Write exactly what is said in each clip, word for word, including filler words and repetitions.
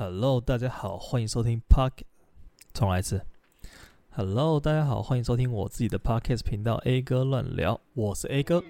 Hello， 大家好，欢迎收听 Podcast， 重来一次。Hello， 大家好，欢迎收听我自己的 Podcast 频道 A 哥乱聊，我是 A 哥。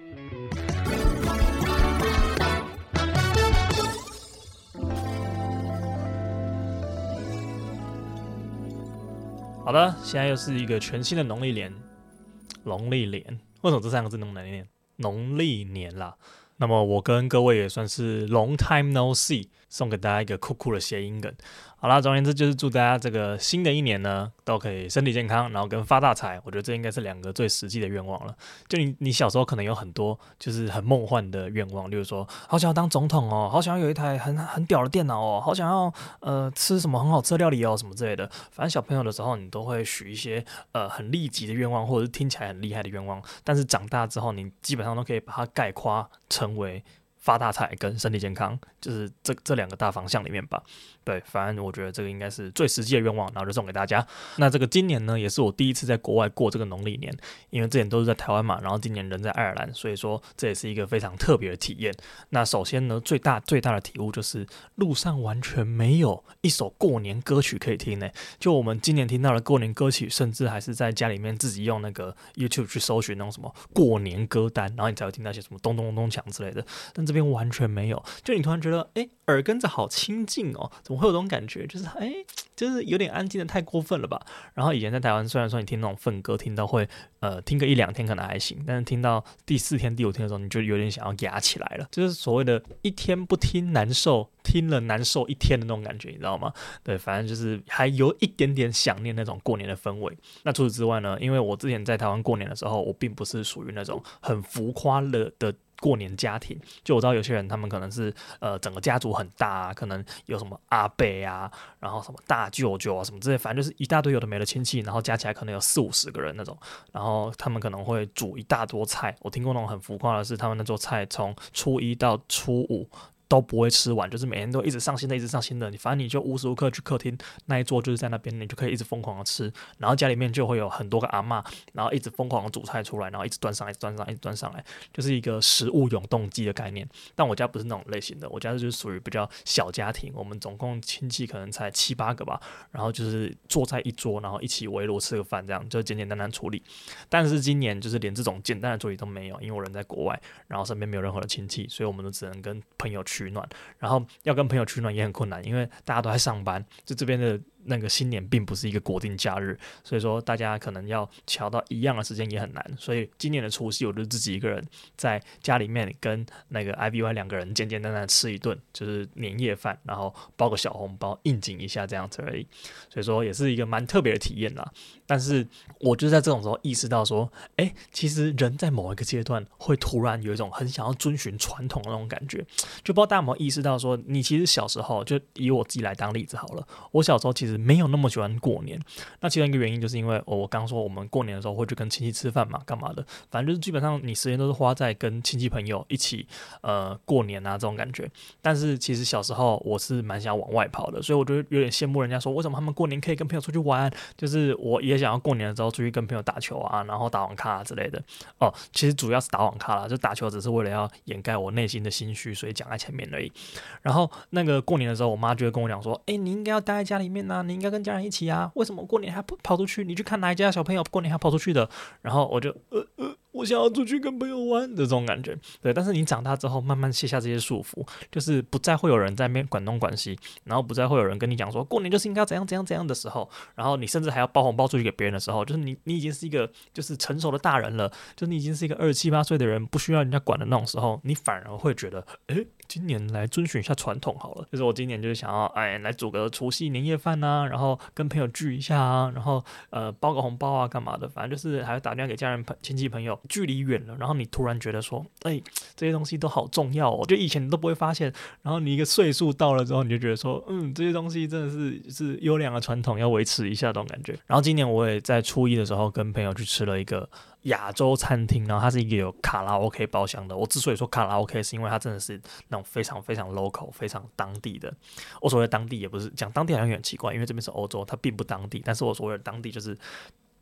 好的，现在又是一个全新的农历年，农历年，为什么这三个字那么难念？农历年啦。那么我跟各位也算是 long time no see， 送给大家一个酷酷的谐音梗。好啦，总而言之就是祝大家这个新的一年呢都可以身体健康，然后跟发大财。我觉得这应该是两个最实际的愿望了。就你你小时候可能有很多就是很梦幻的愿望，例如说好想要当总统哦，好想要有一台很很屌的电脑哦，好想要呃吃什么很好吃的料理哦，什么之类的。反正小朋友的时候你都会许一些呃很立即的愿望，或者是听起来很厉害的愿望，但是长大之后你基本上都可以把它概括成为发大财跟身体健康，就是这这两个大方向里面吧。对，反正我觉得这个应该是最实际的愿望，然后就送给大家。那这个今年呢，也是我第一次在国外过这个农历年，因为之前都是在台湾嘛，然后今年人在爱尔兰，所以说这也是一个非常特别的体验。那首先呢，最大最大的体悟就是路上完全没有一首过年歌曲可以听呢。就我们今年听到的过年歌曲，甚至还是在家里面自己用那个 YouTube 去搜寻那种什么过年歌单，然后你才会听到一些什么咚咚咚锵之类的。但这边完全没有，就你突然觉得，哎，耳根子好清静哦，怎么会有这种感觉？就是，哎，就是有点安静的太过分了吧？然后以前在台湾，虽然说你听那种愤歌，听到会，呃，听个一两天可能还行，但是听到第四天、第五天的时候，你就有点想要压起来了，就是所谓的一天不听难受，听了难受一天的那种感觉，你知道吗？对，反正就是还有一点点想念那种过年的氛围。那除此之外呢，因为我之前在台湾过年的时候，我并不是属于那种很浮夸了的过年家庭，就我知道有些人他们可能是呃整个家族很大啊，可能有什么阿伯啊，然后什么大舅舅啊什么之类，反正就是一大堆有的没的亲戚，然后加起来可能有四五十个人那种，然后他们可能会煮一大桌菜。我听过那种很浮夸的是，他们那桌菜从初一到初五都不会吃完，就是每天都一直上新的，一直上新的。你反正你就无时无刻去客厅那一桌，就是在那边，你就可以一直疯狂的吃。然后家里面就会有很多个阿嬷，然后一直疯狂的煮菜出来，然后一直端上来，一直端上来，一直端上来，就是一个食物永动机的概念。但我家不是那种类型的，我家就是属于比较小家庭，我们总共亲戚可能才七八个吧，然后就是坐在一桌，然后一起围炉吃个饭，这样就简简单单处理。但是今年就是连这种简单的处理都没有，因为我人在国外，然后身边没有任何的亲戚，所以我们都只能跟朋友取暖，然后要跟朋友取暖也很困难，因为大家都在上班，就这边的那个新年并不是一个国定假日，所以说大家可能要瞧到一样的时间也很难。所以今年的除夕，我就自己一个人在家里面跟那个 I V Y 两个人简简单单的吃一顿，就是年夜饭，然后包个小红包应景一下这样子而已。所以说也是一个蛮特别的体验啦。但是我就在这种时候意识到说，哎，其实人在某一个阶段会突然有一种很想要遵循传统的那种感觉，就不知道大家有没有意识到说，你其实小时候，就以我自己来当例子好了，我小时候其实没有那么喜欢过年。那其中一个原因就是因为、哦、我刚说我们过年的时候会去跟亲戚吃饭嘛，干嘛的，反正就是基本上你时间都是花在跟亲戚朋友一起呃过年啊这种感觉。但是其实小时候我是蛮想往外跑的，所以我就有点羡慕人家说为什么他们过年可以跟朋友出去玩，就是我也想要过年的时候出去跟朋友打球啊，然后打网咖、啊、之类的。哦，其实主要是打网咖啦，就打球只是为了要掩盖我内心的心虚，所以讲在前面而已。然后那个过年的时候，我妈就会跟我讲说，哎，你应该要待在家里面啊，你应该跟家人一起啊，为什么过年还不跑出去？你去看哪一家小朋友过年还跑出去的？然后我就呃呃。我想要出去跟朋友玩的这种感觉，对。但是你长大之后，慢慢卸下这些束缚，就是不再会有人在那边管东管西，然后不再会有人跟你讲说过年就是应该怎样怎样怎样的时候，然后你甚至还要包红包出去给别人的时候，就是你你已经是一个就是成熟的大人了，就是你已经是一个二十七八岁的人，不需要人家管的那种时候，你反而会觉得，哎，今年来遵循一下传统好了。就是我今年就是想要，哎，来煮个除夕年夜饭啊，然后跟朋友聚一下啊，然后呃包个红包啊，干嘛的，反正就是还要打电话给家人、亲戚朋友。距离远了，然后你突然觉得说，哎，这些东西都好重要哦，就以前你都不会发现，然后你一个岁数到了之后，你就觉得说，嗯，这些东西真的是是优良的传统，要维持一下这种感觉。然后今年我也在初一的时候跟朋友去吃了一个亚洲餐厅，然后它是一个有卡拉 OK 包厢的。我之所以说卡拉 OK， 是因为它真的是那种非常非常 local、非常当地的。我所谓的当地也不是讲当地好像有点奇怪，因为这边是欧洲，它并不当地。但是我所谓的当地就是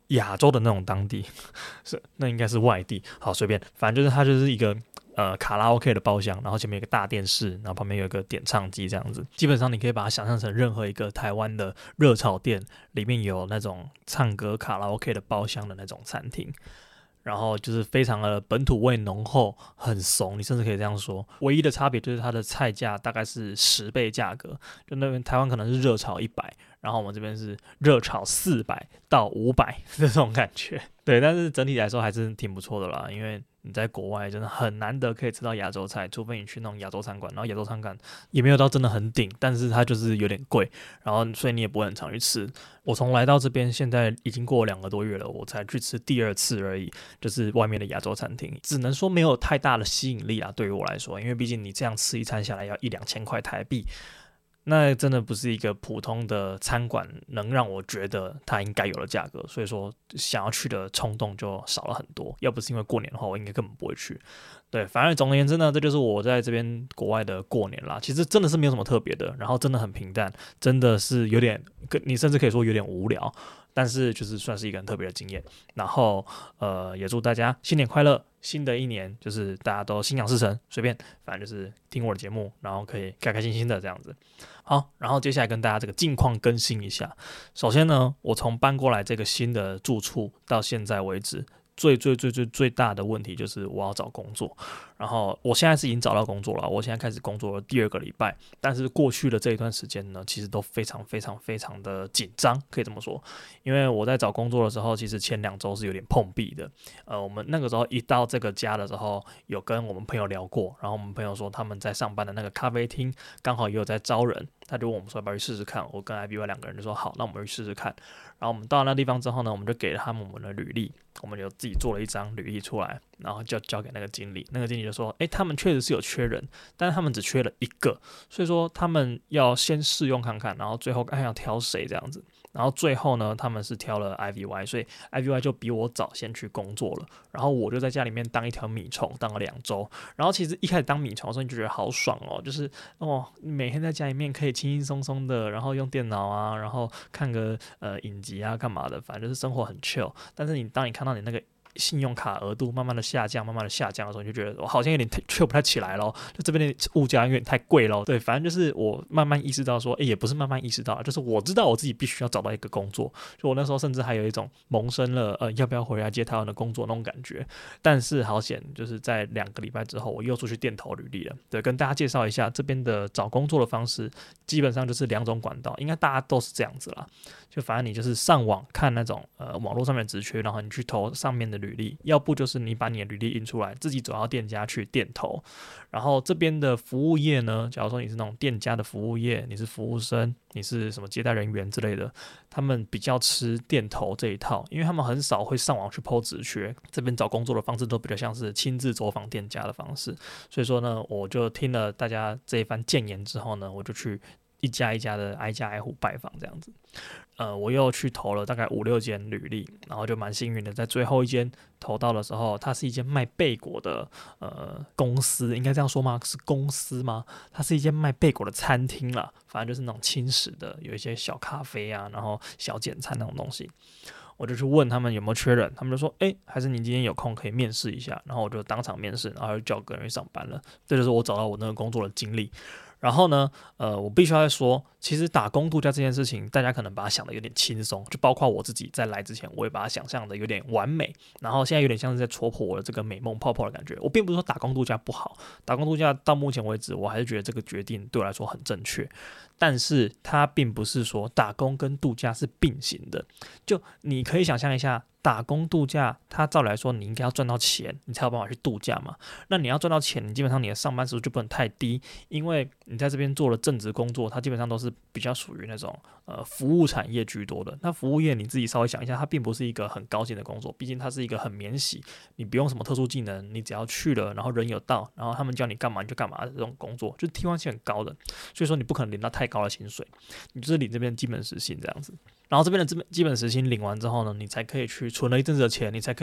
亚洲的那种当地，是那应该是外地，好随便，反正就是它就是一个呃卡拉 OK 的包厢，然后前面有个大电视，然后旁边有一个点唱机这样子，基本上你可以把它想象成任何一个台湾的热炒店里面有那种唱歌卡拉 OK 的包厢的那种餐厅。然后就是非常的本土味浓厚，很怂，你甚至可以这样说。唯一的差别就是它的菜价大概是十倍价格，就那边台湾可能是热炒一百，然后我们这边是热炒四百到五百这种感觉。对，但是整体来说还是挺不错的啦，因为你在国外真的很难得可以吃到亚洲菜，除非你去那种亚洲餐馆，然后亚洲餐馆也没有到真的很顶，但是它就是有点贵，然后所以你也不会很常去吃。我从来到这边现在已经过了两个多月了，我才去吃第二次而已，就是外面的亚洲餐厅，只能说没有太大的吸引力啊，对于我来说，因为毕竟你这样吃一餐下来要一两千块台币。那真的不是一个普通的餐馆能让我觉得它应该有的价格，所以说想要去的冲动就少了很多。要不是因为过年的话，我应该根本不会去。对，反正总而言之呢，这就是我在这边国外的过年啦。其实真的是没有什么特别的，然后真的很平淡，真的是有点，你甚至可以说有点无聊。但是就是算是一个很特别的经验，然后呃也祝大家新年快乐，新的一年就是大家都心想事成，随便反正就是听我的节目，然后可以开开心心的这样子。好，然后接下来跟大家这个近况更新一下。首先呢，我从搬过来这个新的住处到现在为止，最最最最最大的问题就是我要找工作，然后我现在是已经找到工作了，我现在开始工作了第二个礼拜，但是过去的这一段时间呢，其实都非常非常非常的紧张，可以这么说，因为我在找工作的时候，其实前两周是有点碰壁的，呃，我们那个时候一到这个家的时候，有跟我们朋友聊过，然后我们朋友说他们在上班的那个咖啡厅刚好也有在招人，他就问我们说要不要去试试看，我跟 I B Y 两个人就说好，那我们去试试看，然后我们到了那地方之后呢，我们就给了他们我们的履历，我们有自己做了一张履历出来，然后就交给那个经理，那个经理就说，诶，他们确实是有缺人，但是他们只缺了一个，所以说他们要先试用看看，然后最后看要挑谁这样子。然后最后呢，他们是挑了 I V Y， 所以 I V Y 就比我早先去工作了。然后我就在家里面当一条米虫，当了两周。然后其实一开始当米虫的时候，你就觉得好爽哦，就是哦，每天在家里面可以轻轻松松的，然后用电脑啊，然后看个呃影集啊，干嘛的，反正就是生活很 chill。但是你当你看到你那个信用卡额度慢慢的下降，慢慢的下降的时候，你就觉得我好像有点吹不太起来咯，就这边的物价有点太贵咯。对，反正就是我慢慢意识到说，哎，也不是慢慢意识到，就是我知道我自己必须要找到一个工作。就我那时候甚至还有一种萌生了呃要不要回来接台湾的工作那种感觉。但是好险，就是在两个礼拜之后，我又出去电投履历了。对，跟大家介绍一下这边的找工作的方式，基本上就是两种管道，应该大家都是这样子啦。就反正你就是上网看那种呃网络上面的职缺，然后你去投上面的履历，要不就是你把你的履历印出来，自己走到店家去电投。然后这边的服务业呢，假如说你是那种店家的服务业，你是服务生，你是什么接待人员之类的，他们比较吃电投这一套，因为他们很少会上网去 po 职缺，这边找工作的方式都比较像是亲自走访店家的方式。所以说呢，我就听了大家这一番谏言之后呢，我就去一家一家的挨家挨户拜访这样子。呃，我又去投了大概五六间履历，然后就蛮幸运的，在最后一间投到的时候，它是一间卖贝果的呃公司，应该这样说吗？是公司吗？它是一间卖贝果的餐厅啦，反正就是那种轻食的，有一些小咖啡啊，然后小简餐那种东西。我就去问他们有没有缺人，他们就说，哎、欸，还是你今天有空可以面试一下，然后我就当场面试，然后就叫个人去上班了。这就是我找到我那个工作的经历。然后呢，呃，我必须要说，其实打工度假这件事情，大家可能把它想的有点轻松，就包括我自己在来之前，我也把它想象的有点完美，然后现在有点像是在戳破我的这个美梦泡泡的感觉。我并不是说打工度假不好，打工度假到目前为止，我还是觉得这个决定对我来说很正确，但是它并不是说打工跟度假是并行的。就你可以想象一下，打工度假，它照理来说你应该要赚到钱，你才有办法去度假嘛。那你要赚到钱，你基本上你的上班时数就不能太低，因为你在这边做了正职工作，它基本上都是比较属于那种呃服务产业居多的。那服务业你自己稍微想一下，它并不是一个很高薪的工作，毕竟它是一个很免洗，你不用什么特殊技能，你只要去了，然后人有到，然后他们叫你干嘛你就干嘛的这种工作，就是替换性很高的，所以说你不可能领到太高的薪水，你就是领这边基本时薪这样子。然后这边的基本时薪领完之后呢，你才可以去存了一阵子的钱，你才可以去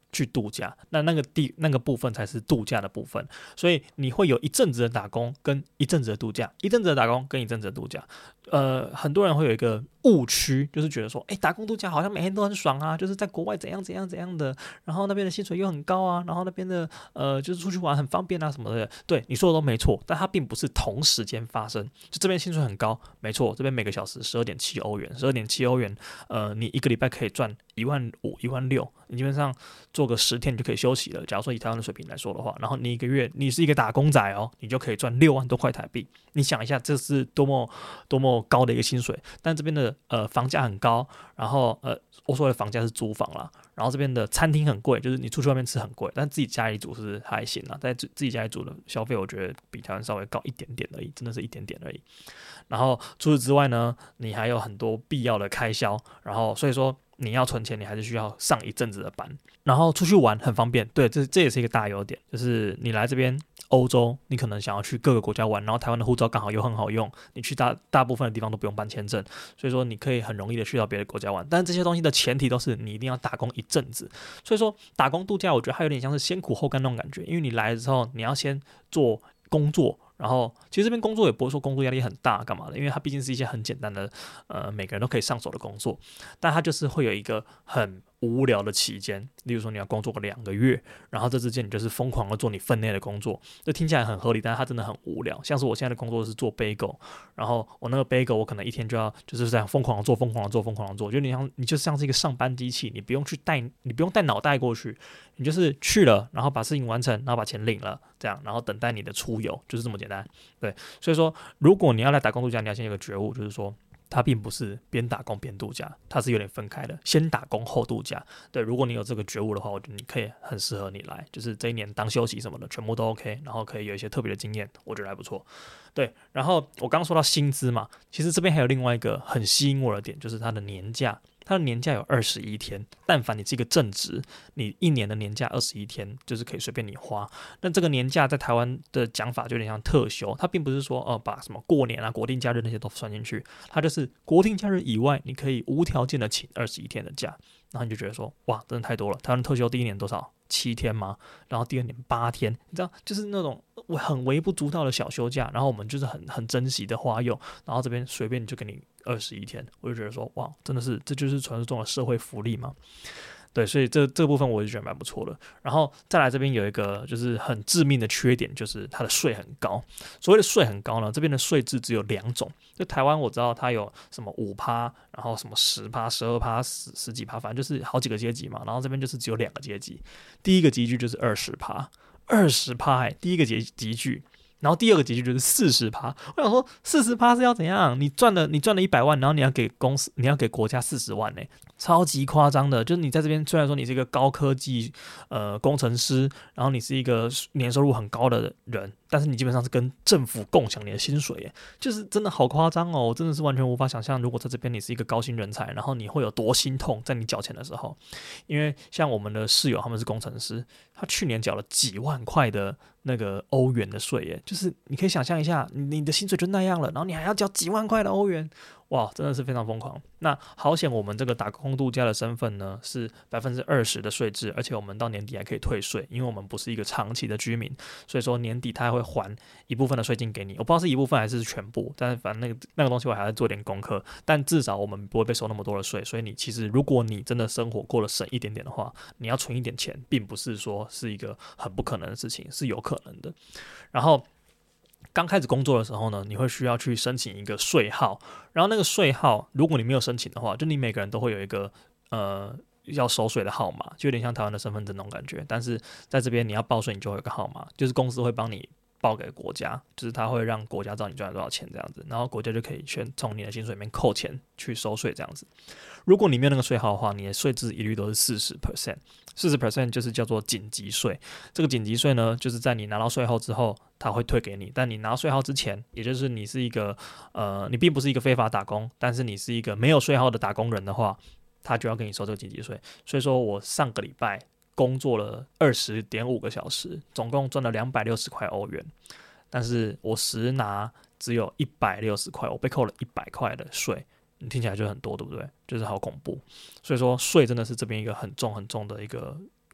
去度假，那那个地那个部分才是度假的部分，所以你会有一阵子的打工跟一阵子的度假，一阵子的打工跟一阵子的度假。呃，很多人会有一个误区，就是觉得说，哎，打工度假好像每天都很爽啊，就是在国外怎样怎样怎样的，然后那边的薪水又很高啊，然后那边的呃就是出去玩很方便啊什么的。对，你说的都没错，但它并不是同时间发生。就这边薪水很高，没错，这边每个小时十二点七欧元，十二点七欧元，呃，你一个礼拜可以赚一万五、一万六，你基本上做个十天你就可以休息了。假如说以台湾的水平来说的话，然后你一个月你是一个打工仔哦，你就可以赚六万多块台币。你想一下，这是多么多么高的一个薪水。但这边的呃房价很高，然后呃我说的房价是租房啦，然后这边的餐厅很贵，就是你出去外面吃很贵，但自己家里煮是还行啦，在自己家里煮的消费我觉得比台湾稍微高一点点而已，真的是一点点而已。然后除此之外呢，你还有很多必要的开销，然后所以说你要存钱，你还是需要上一阵子的班，然后出去玩很方便。对，这这也是一个大优点，就是你来这边欧洲，你可能想要去各个国家玩，然后台湾的护照刚好又很好用，你去大大部分的地方都不用办签证，所以说你可以很容易的去到别的国家玩。但是这些东西的前提都是你一定要打工一阵子，所以说打工度假，我觉得它有点像是先苦后甘那种感觉，因为你来的时候你要先做工作。然后，其实这边工作也不会说工作压力很大，干嘛的？因为它毕竟是一些很简单的，呃，每个人都可以上手的工作，但它就是会有一个很无聊的期间，例如说你要工作个两个月，然后这之间你就是疯狂的做你分内的工作，这听起来很合理，但是它真的很无聊。像是我现在的工作是做 bagel， 然后我那个 bagel 我可能一天就要就是这样疯狂的做、疯狂的做、疯狂的做，就你像你就像是一个上班机器，你不用去带，你不用带脑袋过去，你就是去了，然后把事情完成，然后把钱领了，这样，然后等待你的出游，就是这么简单。对，所以说如果你要来打工度假，你要先有个觉悟，就是说。它并不是边打工边度假，它是有点分开的，先打工后度假。对，如果你有这个觉悟的话，我觉得你可以很适合你来，就是这一年当休息什么的，全部都 OK， 然后可以有一些特别的经验，我觉得还不错。对，然后我刚刚说到薪资嘛，其实这边还有另外一个很吸引我的点，就是它的年假。它的年假有二十一天，但凡你是一个正职，你一年的年假二十一天，就是可以随便你花。那这个年假在台湾的讲法就有点像特休，它并不是说呃把什么过年啊、国定假日那些都算进去，它就是国定假日以外，你可以无条件的请二十一天的假，然后你就觉得说哇，真的太多了。台湾特休第一年多少？七天吗？然后第二年八天，你知道，就是那种很微不足道的小休假，然后我们就是很很珍惜的花用，然后这边随便就给你二十一天，我就觉得说哇，真的是这就是传说中的社会福利嘛。对，所以这这个部分我就觉得蛮不错的。然后再来这边有一个就是很致命的缺点，就是它的税很高。所谓的税很高呢，这边的税制只有两种。就台湾我知道它有什么五趴，然后什么十趴、十二趴、十十几趴，反正就是好几个阶级嘛。然后这边就是只有两个阶级，第一个级距就是二十趴，二十趴哎，第一个阶级距。然后第二个级距就是四十趴，我想说四十趴是要怎样？你赚了你赚了一百万，然后你要给公司，你要给国家四十万呢、欸，超级夸张的。就是你在这边虽然说你是一个高科技呃工程师，然后你是一个年收入很高的人，但是你基本上是跟政府共享你的薪水耶，就是真的好夸张哦！我真的是完全无法想象，如果在这边你是一个高薪人才，然后你会有多心痛在你缴钱的时候。因为像我们的室友他们是工程师，他去年缴了几万块的那个欧元的税耶，就是你可以想象一下，你的薪水就那样了，然后你还要缴几万块的欧元，哇，真的是非常疯狂。那好险，我们这个打工度假的身份呢是百分之二十的税制，而且我们到年底还可以退税，因为我们不是一个长期的居民，所以说年底他还会还一部分的税金给你。我不知道是一部分还是全部，但是反正那个那个东西我还要做点功课，但至少我们不会被收那么多的税。所以你其实如果你真的生活过得省一点点的话，你要存一点钱，并不是说是一个很不可能的事情，是有可能的。然后刚开始工作的时候呢，你会需要去申请一个税号，然后那个税号，如果你没有申请的话，就你每个人都会有一个呃要收税的号码，就有点像台湾的身份证那种感觉。但是在这边你要报税，你就会有个号码，就是公司会帮你报给国家，就是他会让国家知道你赚了多少钱这样子，然后国家就可以先从你的薪水里面扣钱去收税这样子。如果你没有那个税号的话，你的税制一律都是 百分之四十， 百分之四十 就是叫做紧急税。这个紧急税呢，就是在你拿到税后之后，他会退给你，但你拿到税号之前，也就是你是一个呃，你并不是一个非法打工，但是你是一个没有税号的打工人的话，他就要跟你收这个紧急税。所以说我上个礼拜工作了 二十点五个小时，总共赚了两百六十块欧元，但是我实拿只有一百六十块，我被扣了一百块的税。你听起来就很多，对不对？就是好恐怖。所以说税真的是这边一个很重很重的一个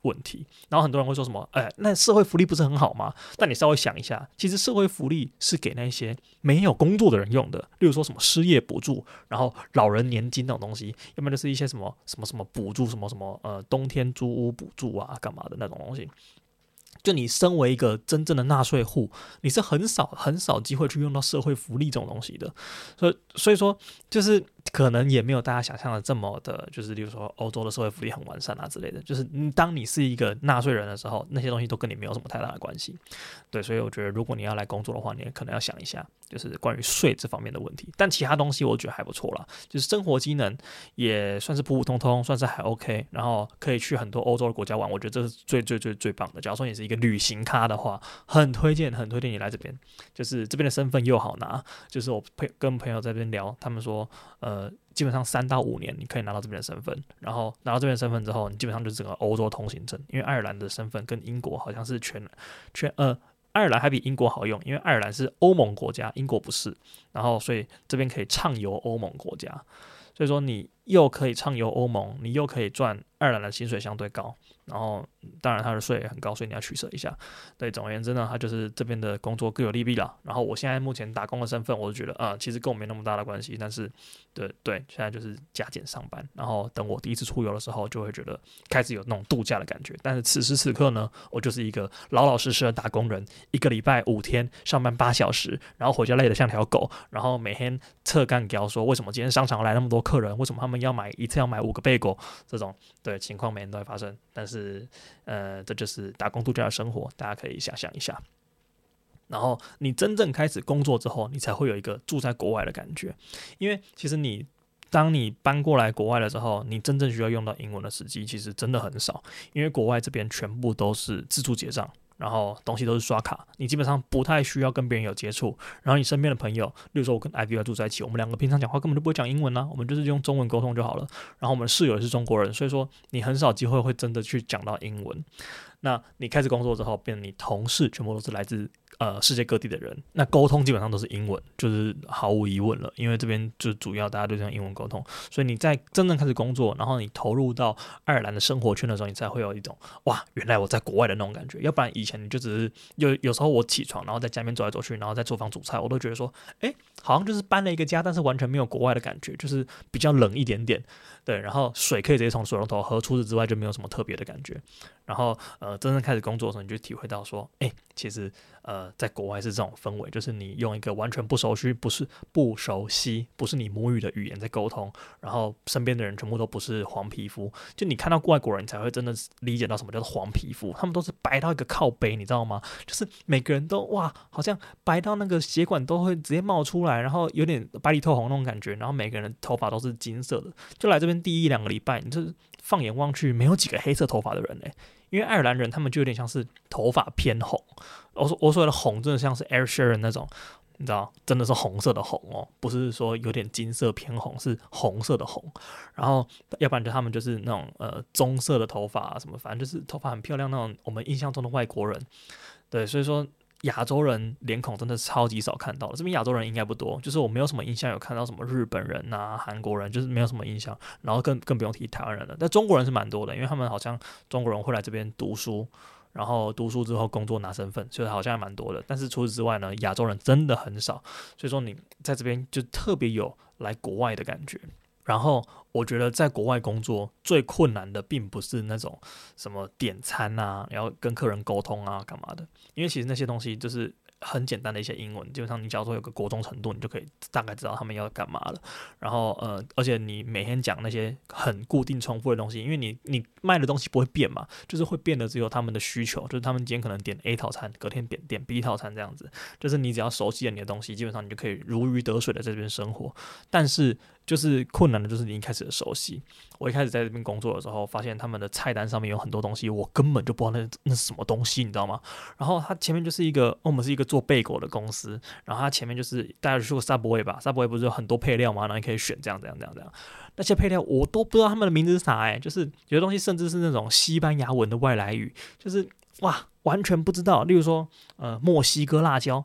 问题。然后很多人会说什么，哎，那社会福利不是很好吗？但你稍微想一下，其实社会福利是给那些没有工作的人用的，例如说什么失业补助，然后老人年金那种东西，要不然就是一些什么什么什么补助，什么什么呃冬天租屋补助啊，干嘛的那种东西。就你身为一个真正的纳税户，你是很少很少机会去用到社会福利这种东西的，所以所以说就是可能也没有大家想象的这么的，就是例如说欧洲的社会福利很完善啊之类的。就是当你是一个纳税人的时候，那些东西都跟你没有什么太大的关系。对，所以我觉得如果你要来工作的话，你也可能要想一下，就是关于税这方面的问题。但其他东西我觉得还不错啦，就是生活机能也算是普普通通，算是还 OK， 然后可以去很多欧洲的国家玩，我觉得这是最最最最棒的。假如说你是一个旅行咖的话，很推荐很推荐你来这边，就是这边的身份又好拿，就是我跟朋友在这边聊，他们说呃基本上三到五年你可以拿到这边的身份，然后拿到这边的身份之后，你基本上就是整个欧洲通行证。因为爱尔兰的身份跟英国好像是全全呃。爱尔兰还比英国好用，因为爱尔兰是欧盟国家，英国不是，然后所以这边可以畅游欧盟国家，所以说你又可以畅游欧盟，你又可以赚爱尔兰的薪水相对高，然后当然它的税也很高，所以你要取舍一下。对，总而言之呢，它就是这边的工作各有利弊啦。然后我现在目前打工的身份，我就觉得啊、呃，其实跟我没那么大的关系，但是对对，现在就是加减上班，然后等我第一次出游的时候，就会觉得开始有那种度假的感觉。但是此时此刻呢，我就是一个老老实实的打工人，一个礼拜五天上班八小时，然后回家累得像条狗，然后每天侧干给我说为什么今天商场来那么多客人，为什么他们要买一次要买五个贝果，这种对情况每天都会发生。但是呃，这就是打工度假的生活，大家可以想象一下。然后你真正开始工作之后，你才会有一个住在国外的感觉。因为其实你当你搬过来国外的时候，你真正需要用到英文的时机其实真的很少，因为国外这边全部都是自助结账，然后东西都是刷卡，你基本上不太需要跟别人有接触。然后你身边的朋友，例如说我跟 I V Y 住在一起，我们两个平常讲话根本就不会讲英文啊，我们就是用中文沟通就好了。然后我们室友也是中国人，所以说你很少机会会真的去讲到英文。那你开始工作之后，变成你同事全部都是来自呃世界各地的人，那沟通基本上都是英文，就是毫无疑问了，因为这边就主要大家都是用英文沟通。所以你在真正开始工作，然后你投入到爱尔兰的生活圈的时候，你才会有一种哇，原来我在国外的那种感觉。要不然以前你就只是有有时候我起床，然后在家里面走来走去，然后在厨房煮菜，我都觉得说，哎，好像就是搬了一个家，但是完全没有国外的感觉，就是比较冷一点点。对，然后水可以直接从水龙头喝，除此之外就没有什么特别的感觉。然后呃，真正开始工作的时候，你就体会到说，哎，其实呃，在国外是这种氛围，就是你用一个完全不熟悉、不是不熟悉、不是你母语的语言在沟通，然后身边的人全部都不是黄皮肤，就你看到外国人，你才会真的理解到什么叫做黄皮肤，他们都是白到一个靠背，你知道吗？就是每个人都哇，好像白到那个血管都会直接冒出来，然后有点白里透红那种感觉，然后每个人的头发都是金色的。就来这边第一两个礼拜，你就是放眼望去，没有几个黑色头发的人嘞、欸。因为爱尔兰人他们就有点像是头发偏红，我说我所谓的红真的像是 Ed Sheeran 那种，你知道，真的是红色的红哦，不是说有点金色偏红，是红色的红。然后要不然就他们就是那种呃棕色的头发啊什么，反正就是头发很漂亮那种我们印象中的外国人。对，所以说亚洲人脸孔真的超级少看到了，这边亚洲人应该不多，就是我没有什么印象有看到什么日本人啊、韩国人，就是没有什么印象，然后更更不用提台湾人了。但中国人是蛮多的，因为他们好像中国人会来这边读书，然后读书之后工作拿身份，所以好像还蛮多的。但是除此之外呢，亚洲人真的很少，所以说你在这边就特别有来国外的感觉。然后我觉得在国外工作最困难的并不是那种什么点餐啊，然后跟客人沟通啊干嘛的，因为其实那些东西就是很简单的一些英文，基本上你假如说有个国中程度，你就可以大概知道他们要干嘛了。然后呃，而且你每天讲那些很固定重复的东西，因为你你卖的东西不会变嘛，就是会变的只有他们的需求，就是他们今天可能点 A 套餐，隔天点点 B 套餐这样子，就是你只要熟悉了你的东西，基本上你就可以如鱼得水的在这边生活。但是就是困难的就是你一开始的熟悉。我一开始在这边工作的时候，发现他们的菜单上面有很多东西，我根本就不知道那那是什么东西，你知道吗？然后它前面就是一个，哦、我们是一个做贝果的公司，然后它前面就是大家去过 Subway 吧 ，Subway 不是有很多配料吗？然后你可以选这样这样这样这样，那些配料我都不知道他们的名字是啥哎、欸，就是有的东西甚至是那种西班牙文的外来语，就是哇完全不知道。例如说呃墨西哥辣椒。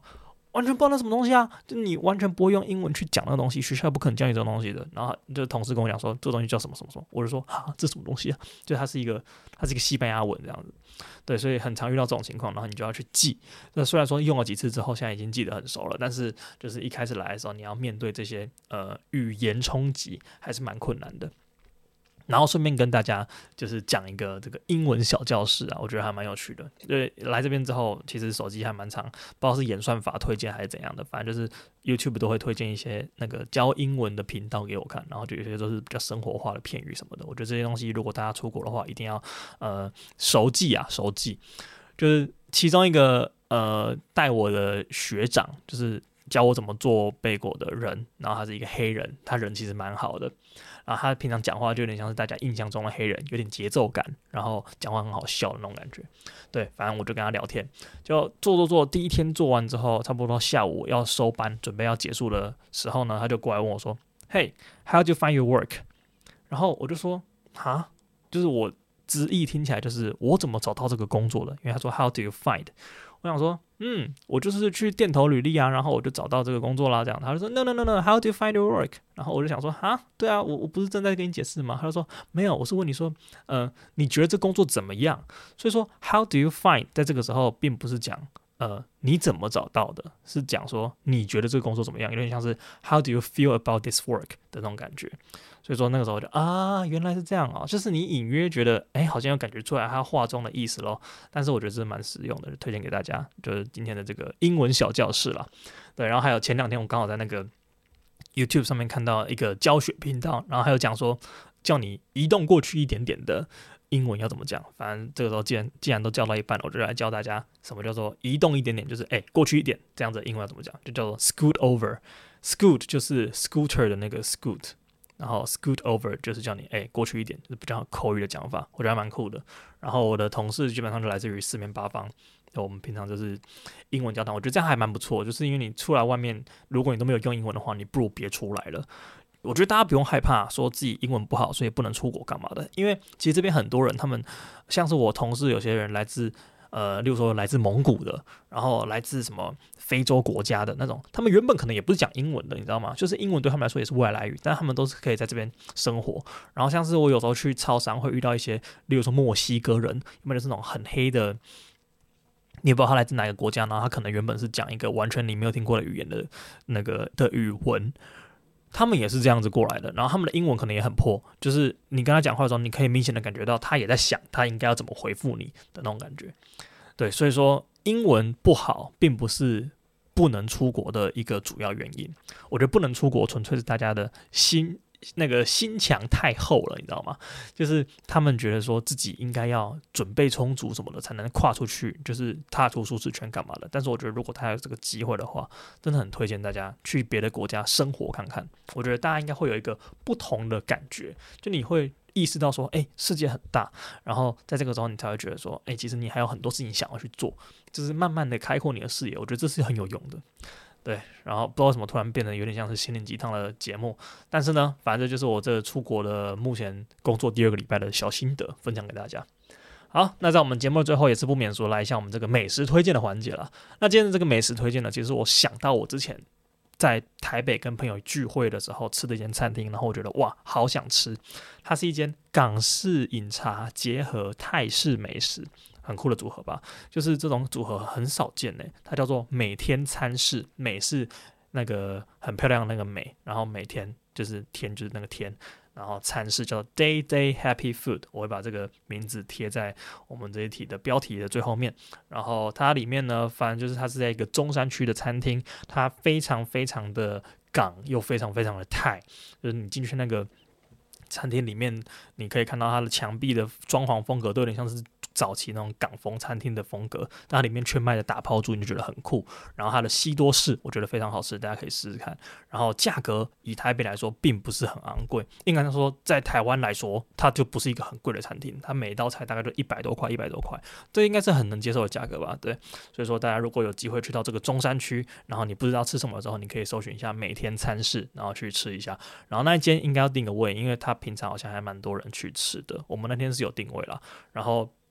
完全不知道那什么东西啊，就你完全不会用英文去讲那个东西，学校也不可能教你这种东西的。然后就同事跟我讲说，这个东西叫什么什么什么，我就说啊，这什么东西啊？就它是一个，它是一个西班牙文这样子。对，所以很常遇到这种情况，然后你就要去记。那虽然说用了几次之后，现在已经记得很熟了，但是就是一开始来的时候，你要面对这些呃语言冲击，还是蛮困难的。然后顺便跟大家就是讲一个这个英文小教室啊，我觉得还蛮有趣的。对，来这边之后，其实手机还蛮常，不知道是演算法推荐还是怎样的，反正就是 YouTube 都会推荐一些那个教英文的频道给我看，然后就有些都是比较生活化的片语什么的。我觉得这些东西如果大家出国的话，一定要呃熟记啊，熟记。就是其中一个呃带我的学长，就是教我怎么做贝果的人，然后他是一个黑人，他人其实蛮好的。然后他平常讲话就有点像是大家印象中的黑人，有点节奏感，然后讲话很好笑的那种感觉。对，反正我就跟他聊天，就做做做，第一天做完之后，差不多下午要收班，准备要结束的时候呢，他就过来问我说 ：“Hey, how do you find your work？” 然后我就说：“哈，就是我直译听起来就是我怎么找到这个工作的？因为他说 How do you find？” 我想说，嗯，我就是去电投履历啊，然后我就找到这个工作啦，这样。他就说 No no no no，How do you find your work？ 然后我就想说，哈，对啊，我我不是正在跟你解释吗？他就说没有，我是问你说，呃，你觉得这工作怎么样？所以说 How do you find 在这个时候并不是讲呃你怎么找到的，是讲说你觉得这个工作怎么样，有点像是 How do you feel about this work 的那种感觉。所以说那个时候我就啊，原来是这样啊，就是你隐约觉得，哎，好像有感觉出来他话中的意思咯。但是我觉得这是蛮实用的，就推荐给大家，就是今天的这个英文小教室啦。对，然后还有前两天我刚好在那个 YouTube 上面看到一个教学频道，然后还有讲说叫你移动过去一点点的英文要怎么讲。反正这个时候既然既然都教到一半了，我就来教大家什么叫做移动一点点，就是哎过去一点这样子的英文要怎么讲，就叫做 scoot over。scoot 就是 scooter 的那个 scoot。然后 scoot over 就是叫你哎过去一点，就是比较口语的讲法，我觉得还蛮酷的。然后我的同事基本上就来自于四面八方，我们平常就是英文交谈，我觉得这样还蛮不错。就是因为你出来外面，如果你都没有用英文的话，你不如别出来了。我觉得大家不用害怕说自己英文不好，所以不能出国干嘛的。因为其实这边很多人，他们像是我同事，有些人来自呃，例如说来自蒙古的，然后来自什么非洲国家的那种，他们原本可能也不是讲英文的，你知道吗？就是英文对他们来说也是外来语，但他们都是可以在这边生活。然后像是我有时候去超商会遇到一些，例如说墨西哥人，有没有就是那种很黑的，你也不知道他来自哪个国家，然后他可能原本是讲一个完全你没有听过的语言的那个的语文。他们也是这样子过来的，然后他们的英文可能也很破，就是你跟他讲话的时候，你可以明显的感觉到他也在想他应该要怎么回复你的那种感觉。对，所以说英文不好并不是不能出国的一个主要原因。我觉得不能出国纯粹是大家的心那个心墙太厚了，你知道吗？就是他们觉得说自己应该要准备充足什么的才能跨出去，就是踏出舒适圈干嘛的。但是我觉得如果他有这个机会的话，真的很推荐大家去别的国家生活看看。我觉得大家应该会有一个不同的感觉，就你会意识到说，哎、欸，世界很大，然后在这个时候你才会觉得说，哎、欸，其实你还有很多事情想要去做，就是慢慢的开阔你的视野。我觉得这是很有用的。对，然后不知道为什么突然变得有点像是心灵鸡汤的节目，但是呢，反正就是我这出国的目前工作第二个礼拜的小心得分享给大家。好，那在我们节目的最后也是不免说来一下我们这个美食推荐的环节了。那今天的这个美食推荐呢，其实我想到我之前在台北跟朋友聚会的时候吃的一间餐厅，然后我觉得哇，好想吃。它是一间港式饮茶结合泰式美食。很酷的组合吧，就是这种组合很少见呢。它叫做每天餐室，美是那个很漂亮的那个美，然后每天就是天就是那个天，然后餐室叫 Day Day Happy Food， 我会把这个名字贴在我们这一题的标题的最后面。然后它里面呢，反正就是它是在一个中山区的餐厅，它非常非常的港，又非常非常的泰，就是你进去那个餐厅里面，你可以看到它的墙壁的装潢风格都有点像是早期那种港风餐厅的风格，但它里面却卖的打抛猪，你就觉得很酷。然后它的西多士我觉得非常好吃，大家可以试试看。然后价格以台北来说并不是很昂贵，应该说在台湾来说它就不是一个很贵的餐厅，它每一道菜大概就一百多块一百多块，这应该是很能接受的价格吧。对，所以说大家如果有机会去到这个中山区，然后你不知道吃什么的时候，你可以搜寻一下每天餐室，然后去吃一下。然后那一间应该要订个位，因为它平常好像还蛮多人去吃的，我们那天是有订位啦。然后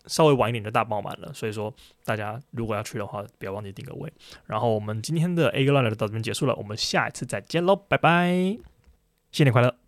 稍微晚一点就大爆满了，所以说大家如果要去的话，不要忘记订个位。然后我们今天的 A 哥乱聊到这边结束了，我们下一次再见喽，拜拜，新年快乐！